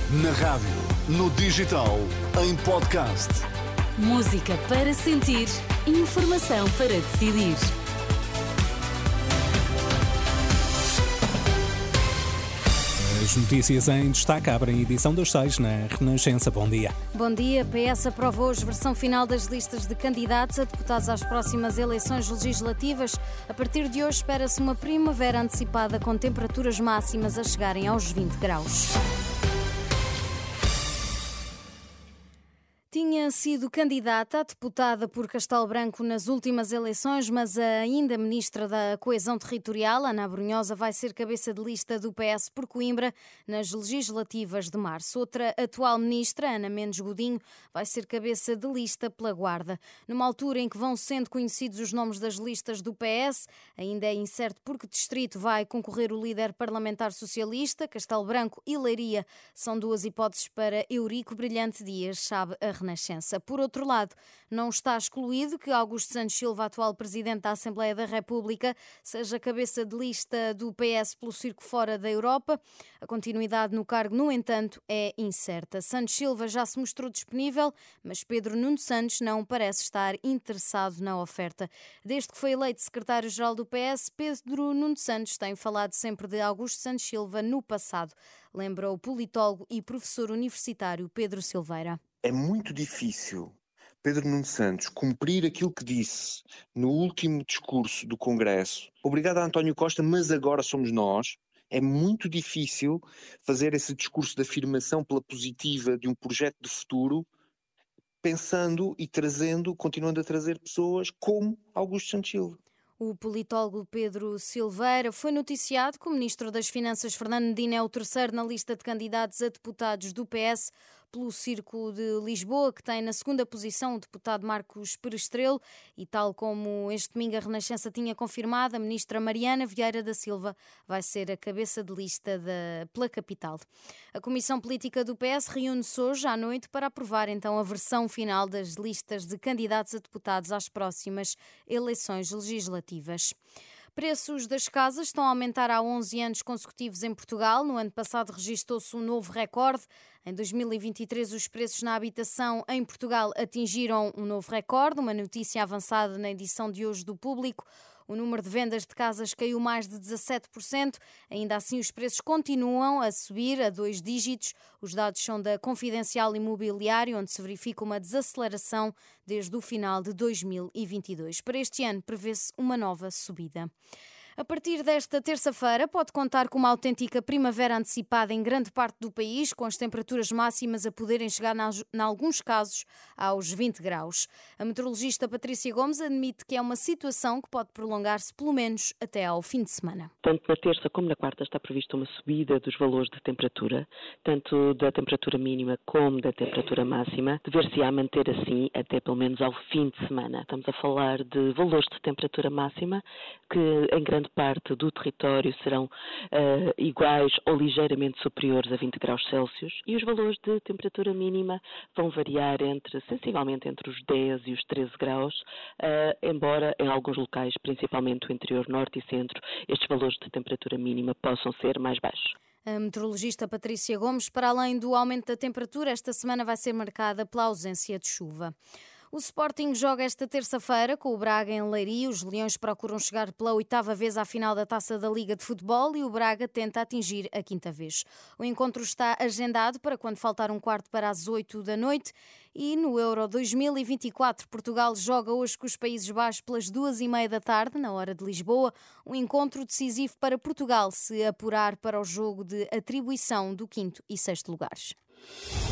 Na rádio, no digital, em podcast. Música para sentir, informação para decidir. As notícias em destaque abrem edição das 6 na Renascença. Bom dia. Bom dia. PS aprovou hoje versão final das listas de candidatos a deputados às próximas eleições legislativas. A partir de hoje espera-se uma primavera antecipada com temperaturas máximas a chegarem aos 20 graus. Tinha sido candidata a deputada por Castelo Branco nas últimas eleições, mas a ainda ministra da Coesão Territorial, Ana Abrunhosa, vai ser cabeça de lista do PS por Coimbra nas legislativas de março. Outra atual ministra, Ana Mendes Godinho, vai ser cabeça de lista pela Guarda. Numa altura em que vão sendo conhecidos os nomes das listas do PS, ainda é incerto por que distrito vai concorrer o líder parlamentar socialista. Castelo Branco e Leiria são duas hipóteses para Eurico Brilhante Dias, sabe a Renascença. Por outro lado, não está excluído que Augusto Santos Silva, atual Presidente da Assembleia da República, seja cabeça de lista do PS pelo Circo fora da Europa. A continuidade no cargo, no entanto, é incerta. Santos Silva já se mostrou disponível, mas Pedro Nuno Santos não parece estar interessado na oferta. Desde que foi eleito secretário-geral do PS, Pedro Nuno Santos tem falado sempre de Augusto Santos Silva no passado, lembra o politólogo e professor universitário Pedro Silveira. É muito difícil Pedro Nuno Santos cumprir aquilo que disse no último discurso do Congresso. Obrigado a António Costa, mas agora somos nós. É muito difícil fazer esse discurso de afirmação pela positiva de um projeto de futuro, pensando e continuando a trazer pessoas como Augusto Santos Silva. O politólogo Pedro Silveira foi noticiado que o ministro das Finanças, Fernando Medina, é o terceiro na lista de candidatos a deputados do PS pelo Círculo de Lisboa, que tem na segunda posição o deputado Marcos Perestrelo, e tal como este domingo a Renascença tinha confirmado, a ministra Mariana Vieira da Silva vai ser a cabeça de lista pela capital. A Comissão Política do PS reúne-se hoje à noite para aprovar então a versão final das listas de candidatos a deputados às próximas eleições legislativas. Preços das casas estão a aumentar há 11 anos consecutivos em Portugal. No ano passado registou-se um novo recorde. Em 2023, os preços na habitação em Portugal atingiram um novo recorde, uma notícia avançada na edição de hoje do Público. O número de vendas de casas caiu mais de 17%. Ainda assim, os preços continuam a subir a 2 dígitos. Os dados são da Confidencial Imobiliário, onde se verifica uma desaceleração desde o final de 2022. Para este ano, prevê-se uma nova subida. A partir desta terça-feira, pode contar com uma autêntica primavera antecipada em grande parte do país, com as temperaturas máximas a poderem chegar, em alguns casos, aos 20 graus. A meteorologista Patrícia Gomes admite que é uma situação que pode prolongar-se pelo menos até ao fim de semana. Tanto na terça como na quarta está prevista uma subida dos valores de temperatura, tanto da temperatura mínima como da temperatura máxima, dever-se-á manter assim até pelo menos ao fim de semana. Estamos a falar de valores de temperatura máxima que em grande parte do território serão iguais ou ligeiramente superiores a 20 graus Celsius, e os valores de temperatura mínima vão variar sensivelmente entre os 10 e os 13 graus, embora em alguns locais, principalmente o interior norte e centro, estes valores de temperatura mínima possam ser mais baixos. A meteorologista Patrícia Gomes, para além do aumento da temperatura, esta semana vai ser marcada pela ausência de chuva. O Sporting joga esta terça-feira com o Braga em Leiria. Os Leões procuram chegar pela 8ª vez à final da Taça da Liga de Futebol e o Braga tenta atingir a 5ª vez. O encontro está agendado para quando faltar um quarto para as 8 da noite, e no Euro 2024 Portugal joga hoje com os Países Baixos pelas 2h30 da tarde, na hora de Lisboa. Um encontro decisivo para Portugal se apurar para o jogo de atribuição do 5º e 6º lugares.